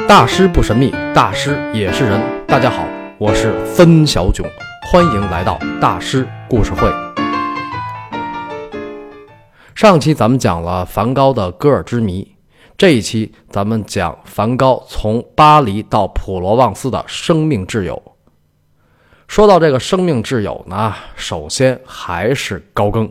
大师不神秘，大师也是人。大家好，我是分小囧，欢迎来到大师故事会。上期咱们讲了梵高的歌尔之谜，这一期咱们讲梵高从巴黎到普罗旺斯的生命挚友。说到这个生命挚友呢，首先还是高更。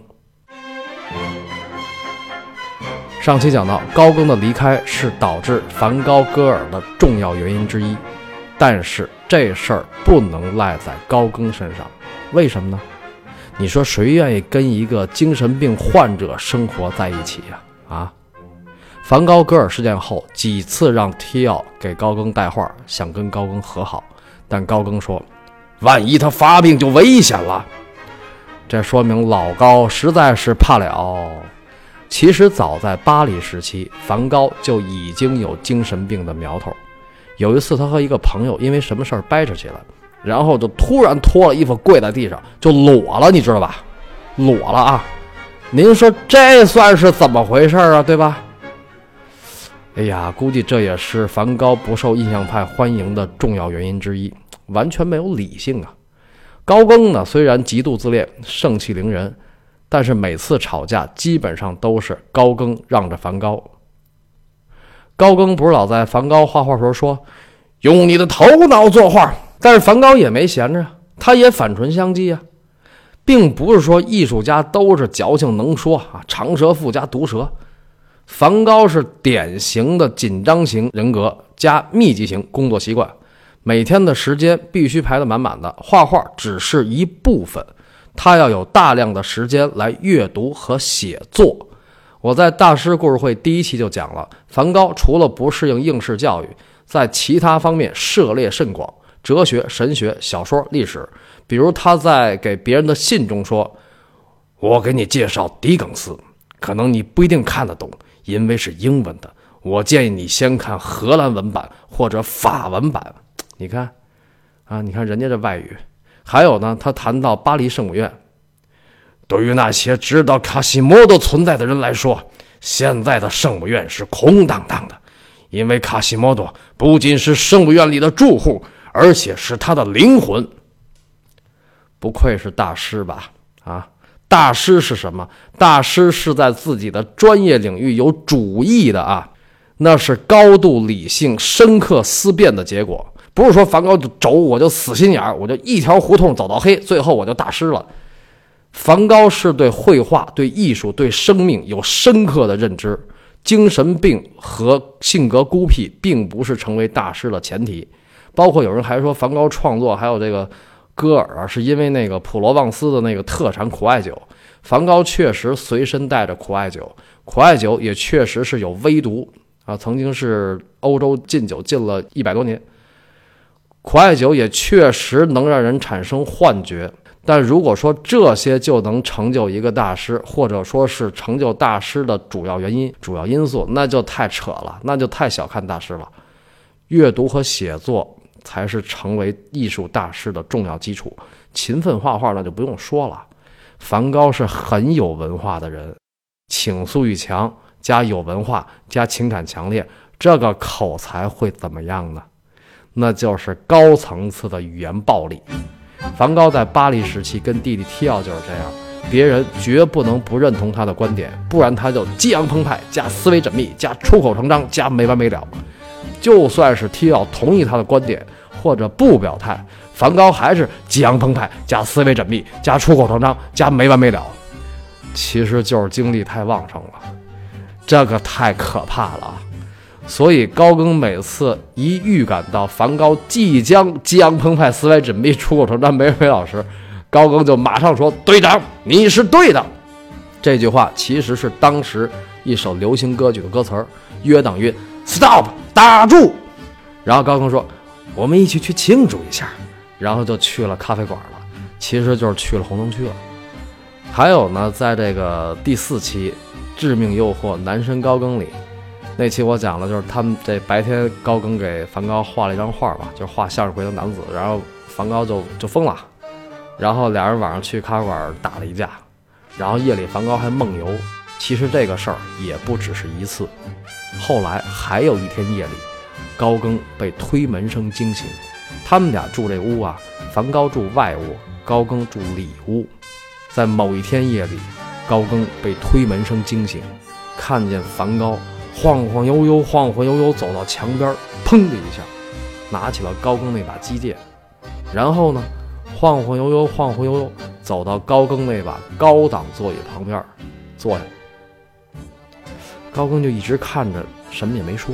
上期讲到高更的离开是导致梵高歌尔的重要原因之一，但是这事儿不能赖在高更身上。为什么呢？你说谁愿意跟一个精神病患者生活在一起呀？梵高歌尔事件后几次让提奥给高更带话，想跟高更和好，但高更说万一他发病就危险了。这说明老高实在是怕了。其实早在巴黎时期，梵高就已经有精神病的苗头。有一次他和一个朋友因为什么事儿掰扯起来，然后就突然脱了衣服跪在地上就裸了，你知道吧？裸了啊！您说这算是怎么回事啊，对吧？哎呀，估计这也是梵高不受印象派欢迎的重要原因之一，完全没有理性啊。高更呢，虽然极度自恋，盛气凌人，但是每次吵架基本上都是高更让着梵高。高更不是老在梵高画画时候说用你的头脑作画，但是梵高也没闲着，他也反唇相讥啊。并不是说艺术家都是矫情能说啊，长舌妇加毒舌。梵高是典型的紧张型人格加密集型工作习惯，每天的时间必须排得满满的，画画只是一部分，他要有大量的时间来阅读和写作。我在大师故事会第一期就讲了，梵高除了不适应应试教育，在其他方面涉猎甚广，哲学、神学、小说、历史。比如他在给别人的信中说，我给你介绍狄更斯，可能你不一定看得懂，因为是英文的，我建议你先看荷兰文版或者法文版。你看啊，你看人家这外语。还有呢，他谈到巴黎圣母院，对于那些知道卡西莫多存在的人来说，现在的圣母院是空荡荡的，因为卡西莫多不仅是圣母院里的住户，而且是他的灵魂。不愧是大师吧？大师是什么？大师是在自己的专业领域有主义的啊，那是高度理性、深刻思辨的结果。不是说梵高就轴，我就死心眼，我就一条胡同走到黑，最后我就大师了。梵高是对绘画、对艺术、对生命有深刻的认知，精神病和性格孤僻并不是成为大师的前提。包括有人还说梵高创作还有这个歌尔啊，是因为那个普罗旺斯的那个特产苦艾酒。梵高确实随身带着苦艾酒，苦艾酒也确实是有微毒啊，曾经是欧洲禁酒禁了100多年。苦艾酒也确实能让人产生幻觉，但如果说这些就能成就一个大师，或者说是成就大师的主要原因、主要因素，那就太扯了，那就太小看大师了。阅读和写作才是成为艺术大师的重要基础，勤奋画画那就不用说了。梵高是很有文化的人，倾诉欲强加有文化加情感强烈，这个口才会怎么样呢？那就是高层次的语言暴力。梵高在巴黎时期跟弟弟提奥就是这样，别人绝不能不认同他的观点，不然他就激昂澎湃加思维缜密加出口成章加没完没了。就算是提奥同意他的观点或者不表态，梵高还是激昂澎湃加思维缜密加出口成章加没完没了。其实就是精力太旺盛了，这个太可怕了。所以高更每次一预感到梵高即将激昂澎湃思维缜密出口成章没完没了时，高更就马上说，队长你是对的。这句话其实是当时一首流行歌曲的歌词，约等于 stop 打住。然后高更说我们一起去庆祝一下，然后就去了咖啡馆了，其实就是去了红灯区了。还有呢，在这个第4期致命诱惑男神高更里，那期我讲了，就是他们这白天高更给梵高画了一张画吧，就是画向日葵的男子，然后梵高就疯了，然后俩人晚上去咖啡馆打了一架，然后夜里梵高还梦游。其实这个事儿也不只是一次，后来还有一天夜里， 高更被推门声惊醒。他们俩住这屋啊，梵高住外屋，高更住里屋。在某一天夜里，高更被推门声惊醒，看见梵高晃晃悠悠走到墙边，砰的一下拿起了高更那把击剑，然后呢晃晃悠悠走到高更那把高档座椅旁边坐下。高更就一直看着，什么也没说。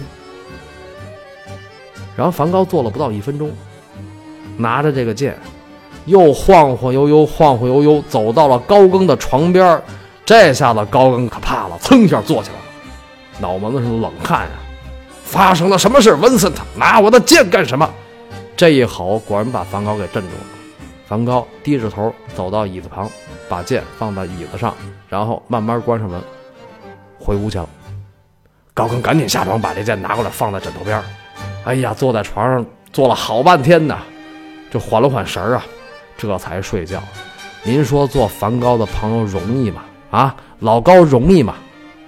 然后梵高坐了不到1分钟，拿着这个剑又晃晃悠悠走到了高更的床边。这下子高更可怕了，噌一下坐起来了，脑门子上冷汗啊！发生了什么事？文森特，拿我的剑干什么？这一吼果然把梵高给镇住了。梵高低着头走到椅子旁，把剑放在椅子上，然后慢慢关上门，回屋去了。高更赶紧下床把这剑拿过来放在枕头边。哎呀，坐在床上坐了好半天呢，就缓了缓神儿啊，这才睡觉。您说做梵高的朋友容易吗？啊，老高容易吗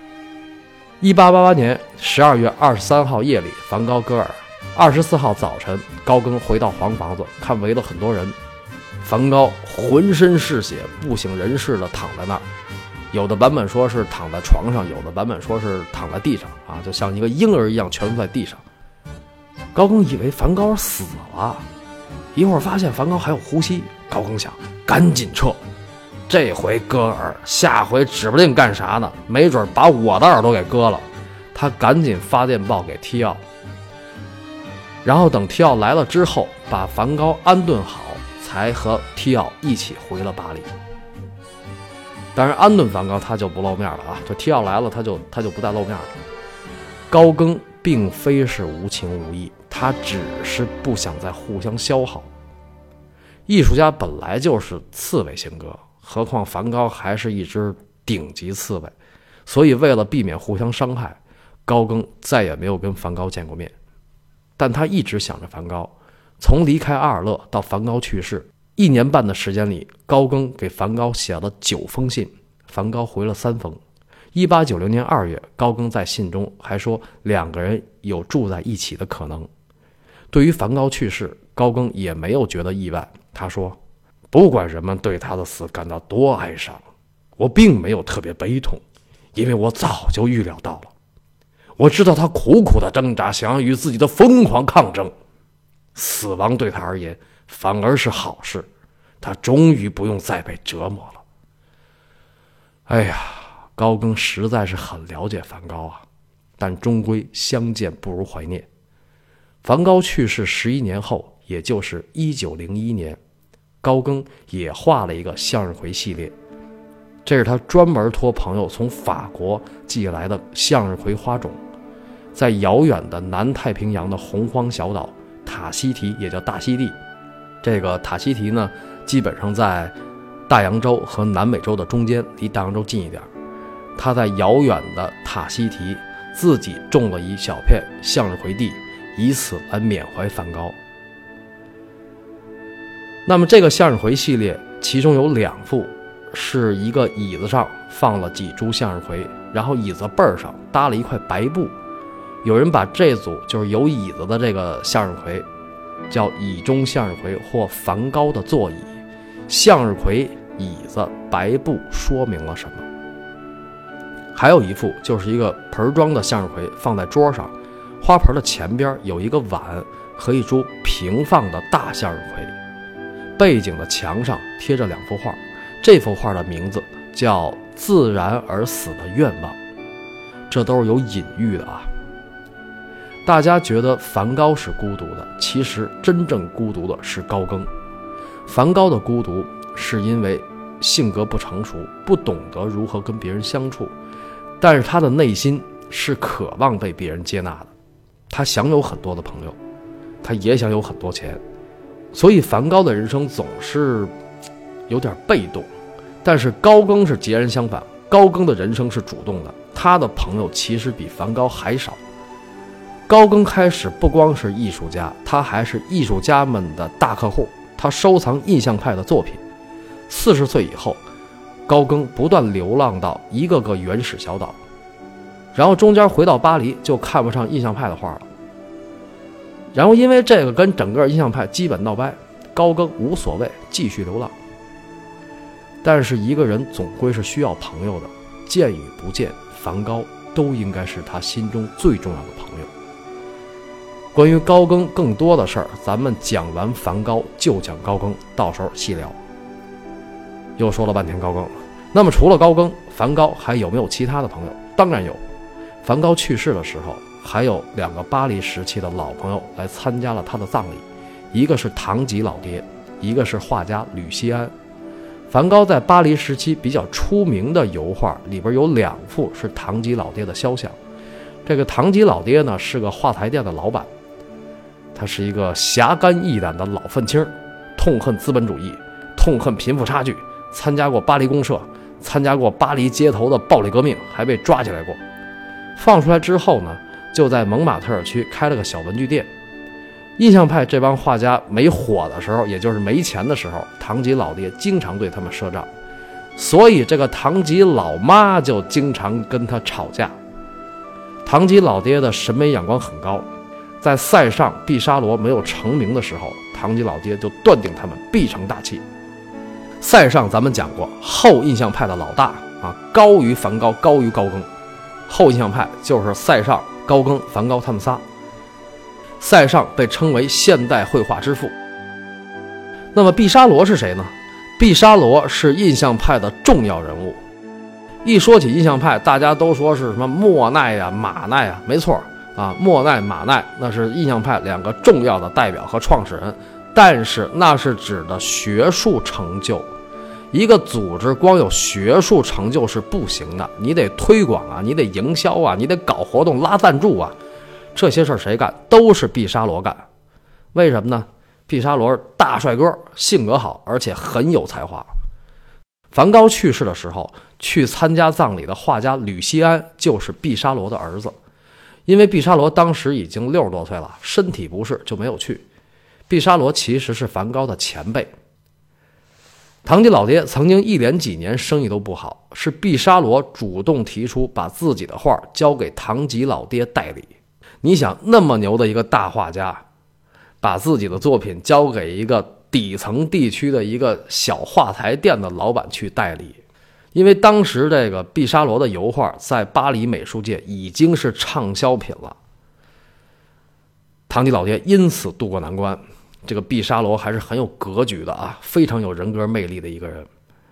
？1888年12月23号夜里，梵高戈尔；24号早晨，高更回到黄房子，看围了很多人。梵高浑身是血，不省人事的躺在那儿。有的版本说是躺在床上，有的版本说是躺在地上啊，就像一个婴儿一样蜷伏在地上。高更以为梵高死了，一会儿发现梵高还有呼吸，高更想赶紧撤。这回戈尔，下回指不定干啥呢，没准把我的耳朵给割了。他赶紧发电报给提奥，然后等提奥来了之后，把梵高安顿好，才和提奥一起回了巴黎。当然安顿梵高他就不露面了啊，这提奥来了他就不再露面了。高更并非是无情无义，他只是不想再互相消耗。艺术家本来就是刺猬性格，何况梵高还是一只顶级刺猬，所以为了避免互相伤害，高更再也没有跟梵高见过面。但他一直想着梵高，从离开阿尔勒到梵高去世1年半的时间里，高更给梵高写了9封信，梵高回了3封。1890年2月，高更在信中还说2个人有住在一起的可能。对于梵高去世，高更也没有觉得意外。他说，不管人们对他的死感到多哀伤，我并没有特别悲痛，因为我早就预料到了。我知道他苦苦的挣扎，想要与自己的疯狂抗争。死亡对他而言反而是好事，他终于不用再被折磨了。哎呀，高更实在是很了解梵高啊，但终归相见不如怀念。梵高去世11年后，也就是1901年，高更也画了一个向日葵系列，这是他专门托朋友从法国寄来的向日葵花种，在遥远的南太平洋的洪荒小岛塔希提，也叫大溪地。这个塔希提呢，基本上在大洋洲和南美洲的中间，离大洋洲近一点。他在遥远的塔希提自己种了一小片向日葵地，以此来缅怀梵高。那么这个向日葵系列其中有2幅是一个椅子上放了几株向日葵，然后椅子背上搭了一块白布。有人把这组就是有椅子的这个向日葵叫椅中向日葵或梵高的座椅。向日葵、椅子、白布说明了什么？还有一幅就是一个盆装的向日葵放在桌上，花盆的前边有一个碗和一株平放的大向日葵，背景的墙上贴着2幅画，这幅画的名字叫《自然而死的愿望》，这都是有隐喻的啊。大家觉得梵高是孤独的，其实真正孤独的是高更。梵高的孤独是因为性格不成熟，不懂得如何跟别人相处，但是他的内心是渴望被别人接纳的。他想有很多的朋友，他也想有很多钱，所以梵高的人生总是有点被动。但是高更是截然相反，高更的人生是主动的，他的朋友其实比梵高还少。高更开始不光是艺术家，他还是艺术家们的大客户，他收藏印象派的作品。40岁以后，高更不断流浪到一个个原始小岛，然后中间回到巴黎就看不上印象派的画了。 然后因为这个跟整个印象派基本闹掰，高更无所谓，继续流浪。但是一个人总归是需要朋友的，见与不见，梵高都应该是他心中最重要的朋友。关于高更更多的事儿，咱们讲完梵高就讲高更，到时候细聊。又说了半天高更，那么除了高更，梵高还有没有其他的朋友？当然有。梵高去世的时候，还有2个巴黎时期的老朋友来参加了他的葬礼，一个是唐吉老爹，一个是画家吕西安。梵高在巴黎时期比较出名的油画里边有2幅是唐吉老爹的肖像。这个唐吉老爹呢是个画材店的老板，他是一个侠肝义胆的老愤青，痛恨资本主义，痛恨贫富差距，参加过巴黎公社，参加过巴黎街头的暴力革命，还被抓起来过。放出来之后呢，就在蒙马特尔区开了个小文具店。印象派这帮画家没火的时候，也就是没钱的时候，唐吉老爹经常对他们赊账，所以这个唐吉老妈就经常跟他吵架。唐吉老爹的审美眼光很高，在塞尚、毕沙罗没有成名的时候，唐吉老爹就断定他们必成大器。塞尚咱们讲过，后印象派的老大啊，高于梵高，高于高更。后印象派就是塞尚、高更、梵高他们仨。塞尚被称为现代绘画之父。那么毕沙罗是谁呢？毕沙罗是印象派的重要人物。一说起印象派，大家都说是什么莫奈呀、马奈呀，没错啊，莫奈、马奈那是印象派2个重要的代表和创始人，但是那是指的学术成就。一个组织光有学术成就是不行的，你得推广啊，你得营销啊，你得搞活动拉赞助啊，这些事儿谁干？都是毕沙罗干。为什么呢？毕沙罗大帅哥，性格好，而且很有才华。梵高去世的时候，去参加葬礼的画家吕西安就是毕沙罗的儿子。因为毕沙罗当时已经60多岁了，身体不适就没有去。毕沙罗其实是梵高的前辈。唐吉老爹曾经一连几年生意都不好，是毕沙罗主动提出把自己的画交给唐吉老爹代理。你想，那么牛的一个大画家，把自己的作品交给一个底层地区的一个小画材店的老板去代理，因为当时这个毕沙罗的油画在巴黎美术界已经是畅销品了。唐吉老爹因此渡过难关。这个毕沙罗还是很有格局的啊，非常有人格魅力的一个人。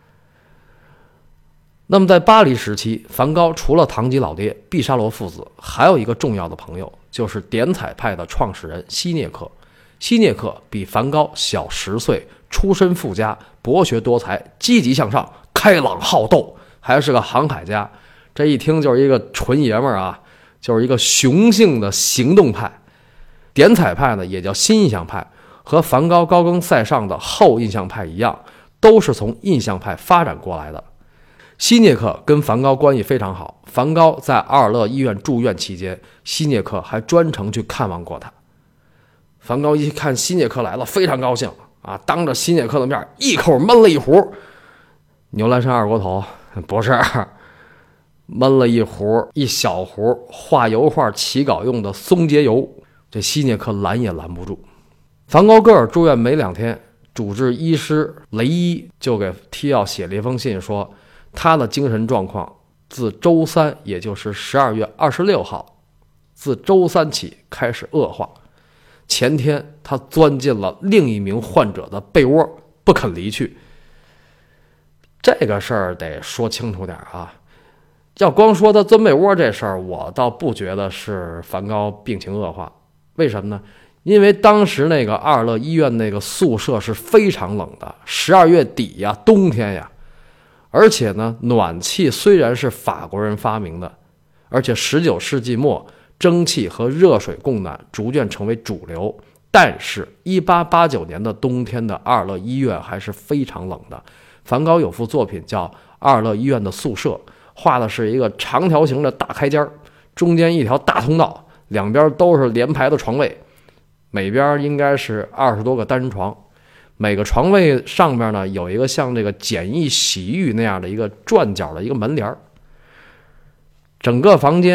那么在巴黎时期，梵高除了唐吉老爹、毕沙罗父子，还有一个重要的朋友，就是点彩派的创始人希涅克。希涅克比梵高小10岁，出身富家，博学多才，积极向上，开朗好斗，还是个航海家。这一听就是一个纯爷们儿啊，就是一个雄性的行动派。点彩派呢，也叫新印象派，和梵高、高更、塞尚的后印象派一样，都是从印象派发展过来的。希涅克跟梵高关系非常好，梵高在阿尔勒医院住院期间，希涅克还专程去看望过他。梵高一看希涅克来了，非常高兴啊，当着希涅克的面一口闷了一壶牛栏山二锅头，不是，闷了一小壶画油画起稿用的松节油，这希涅克拦也拦不住。梵高个儿住院没2天，主治医师雷伊就给提奥写了一封信，说他的精神状况自周3，也就是12月26号，自周3起开始恶化。前天他钻进了另一名患者的被窝，不肯离去。这个事儿得说清楚点啊！要光说他钻被窝这事儿，我倒不觉得是梵高病情恶化。为什么呢？因为当时那个阿尔勒医院那个宿舍是非常冷的，12月底呀，冬天呀。而且呢，暖气虽然是法国人发明的，而且19世纪末蒸汽和热水供暖逐渐成为主流，但是1889年的冬天的阿尔勒医院还是非常冷的。梵高有幅作品叫《阿尔勒医院的宿舍》，画的是一个长条形的大开间，中间一条大通道，两边都是连排的床位，每边应该是20多个单人床，每个床位上边呢有一个像这个简易洗浴那样的一个转角的一个门帘。整个房间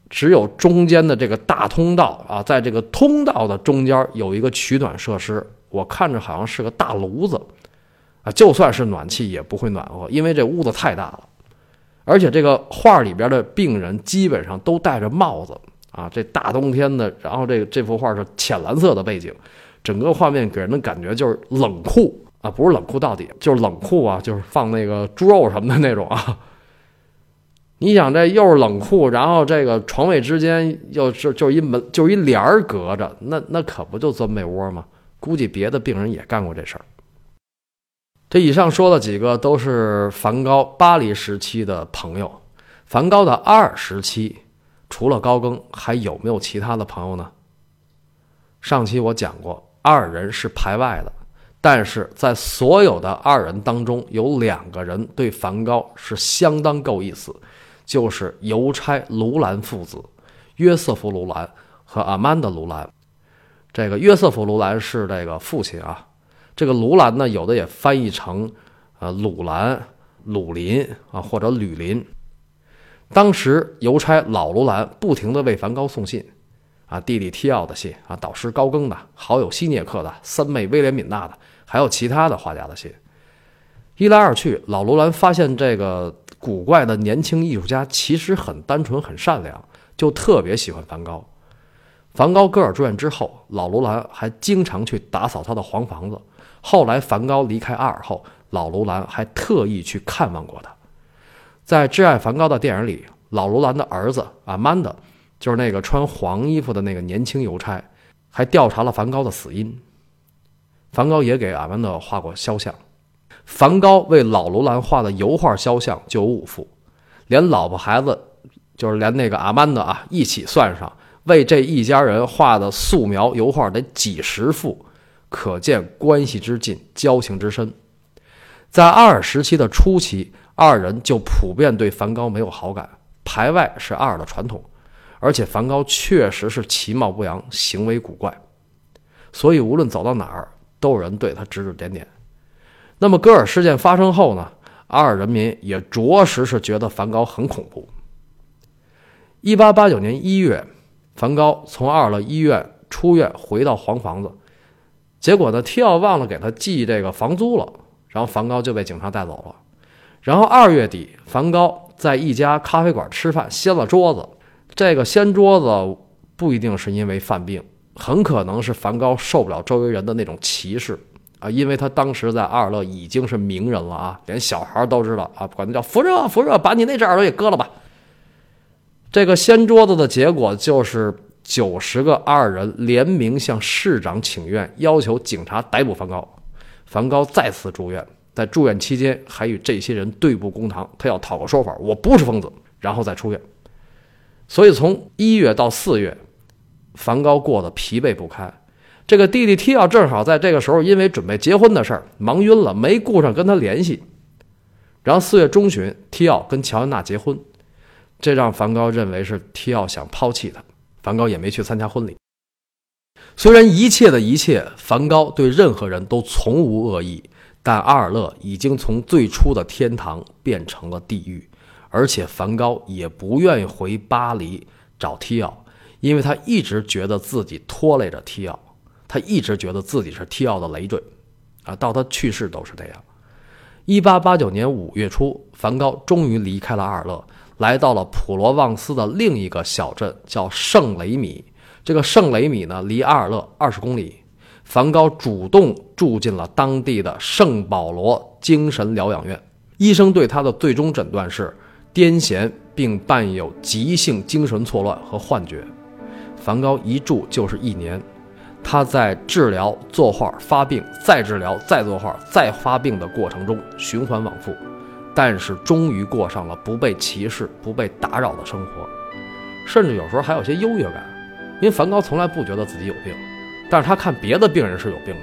只有中间的这个大通道啊，在这个通道的中间有一个取暖设施，我看着好像是个大炉子啊，就算是暖气也不会暖和，因为这屋子太大了。而且这个画里边的病人基本上都戴着帽子啊，这大冬天的，然后这幅画是浅蓝色的背景，整个画面给人的感觉就是冷酷啊，不是冷酷到底，就是冷酷啊，就是放那个猪肉什么的那种啊。你想这又是冷酷，然后这个床位之间又是就一门就一帘儿隔着，那可不就钻被窝吗？估计别的病人也干过这事儿。这以上说的几个都是梵高巴黎时期的朋友。梵高的阿尔时期，除了高更，还有没有其他的朋友呢？上期我讲过，二人是排外的，但是在所有的二人当中，有两个人对梵高是相当够意思，就是邮差卢兰父子，约瑟夫·卢兰和阿曼德·卢兰。这个约瑟夫·卢兰是这个父亲啊，这个卢兰呢，有的也翻译成鲁兰、鲁林啊，或者吕林。当时邮差老卢兰不停地为梵高送信啊，弟弟提奥的信啊，导师高更的，好友希涅克的，三妹威廉敏娜的，还有其他的画家的信。一来二去，老卢兰发现这个古怪的年轻艺术家其实很单纯很善良，就特别喜欢梵高。梵高戈尔住院之后，老卢兰还经常去打扫他的黄房子。后来梵高离开阿尔后，老卢兰还特意去看望过他。在《挚爱梵高》的电影里，老卢兰的儿子阿曼德，就是那个穿黄衣服的那个年轻邮差，还调查了梵高的死因。梵高也给阿曼德画过肖像。梵高为老卢兰画的油画肖像就有5幅，连老婆孩子，就是连那个阿曼德啊一起算上，为这一家人画的素描油画得几10幅，可见关系之近，交情之深。在阿尔时期的初期，二人就普遍对梵高没有好感，排外是阿尔的传统，而且梵高确实是其貌不扬，行为古怪，所以无论走到哪儿，都有人对他指指点点。那么戈尔事件发生后呢，阿尔人民也着实是觉得梵高很恐怖。1889年1月，梵高从阿尔勒医院出院回到黄房子，结果呢，提奥忘了给他寄这个房租了，然后梵高就被警察带走了。然后2月底，梵高在一家咖啡馆吃饭，掀了桌子。这个掀桌子不一定是因为犯病，很可能是梵高受不了周围人的那种歧视啊，因为他当时在阿尔勒已经是名人了啊，连小孩都知道啊，管他叫福热福热，把你那只耳朵也割了吧。这个掀桌子的结果就是90个阿尔人联名向市长请愿，要求警察逮捕梵高。梵高再次住院，在住院期间还与这些人对簿公堂，他要讨个说法，我不是疯子，然后再出院。所以从1月到4月，梵高过得疲惫不堪。这个弟弟提奥正好在这个时候因为准备结婚的事儿忙晕了，没顾上跟他联系。然后4月中旬，提奥跟乔安娜结婚，这让梵高认为是提奥想抛弃他，梵高也没去参加婚礼。虽然一切的一切，梵高对任何人都从无恶意，但阿尔勒已经从最初的天堂变成了地狱，而且梵高也不愿意回巴黎找提奥，因为他一直觉得自己拖累着提奥，他一直觉得自己是提奥的累赘啊，到他去世都是这样。1889年5月初，梵高终于离开了阿尔勒，来到了普罗旺斯的另一个小镇，叫圣雷米。这个圣雷米呢，离阿尔勒20公里。梵高主动住进了当地的圣保罗精神疗养院，医生对他的最终诊断是癫痫，并伴有急性精神错乱和幻觉。梵高一住就是1年，他在治疗、作画、发病、再治疗、再作画、再发病的过程中循环往复，但是终于过上了不被歧视、不被打扰的生活，甚至有时候还有些优越感，因为梵高从来不觉得自己有病，但是他看别的病人是有病的。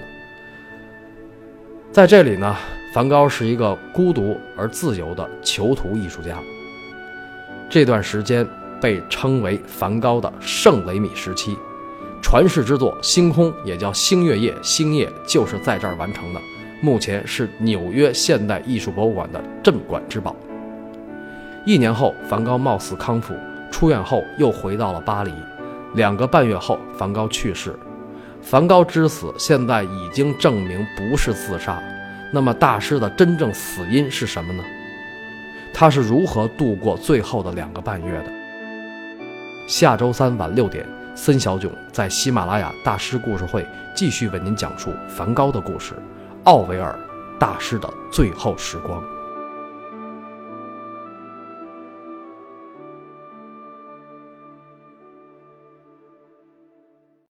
在这里呢，梵高是一个孤独而自由的囚徒艺术家。这段时间被称为梵高的圣雷米时期，传世之作《星空》也叫《星月夜》，星夜就是在这儿完成的，目前是纽约现代艺术博物馆的镇馆之宝。1年后，梵高貌似康复， 出院后又回到了巴黎。2个半月后，梵高去世。梵高之死现在已经证明不是自杀，那么大师的真正死因是什么呢？他是如何度过最后的2个半月的？下周3晚6点，森小囧在喜马拉雅大师故事会继续为您讲述梵高的故事，奥维尔大师的最后时光。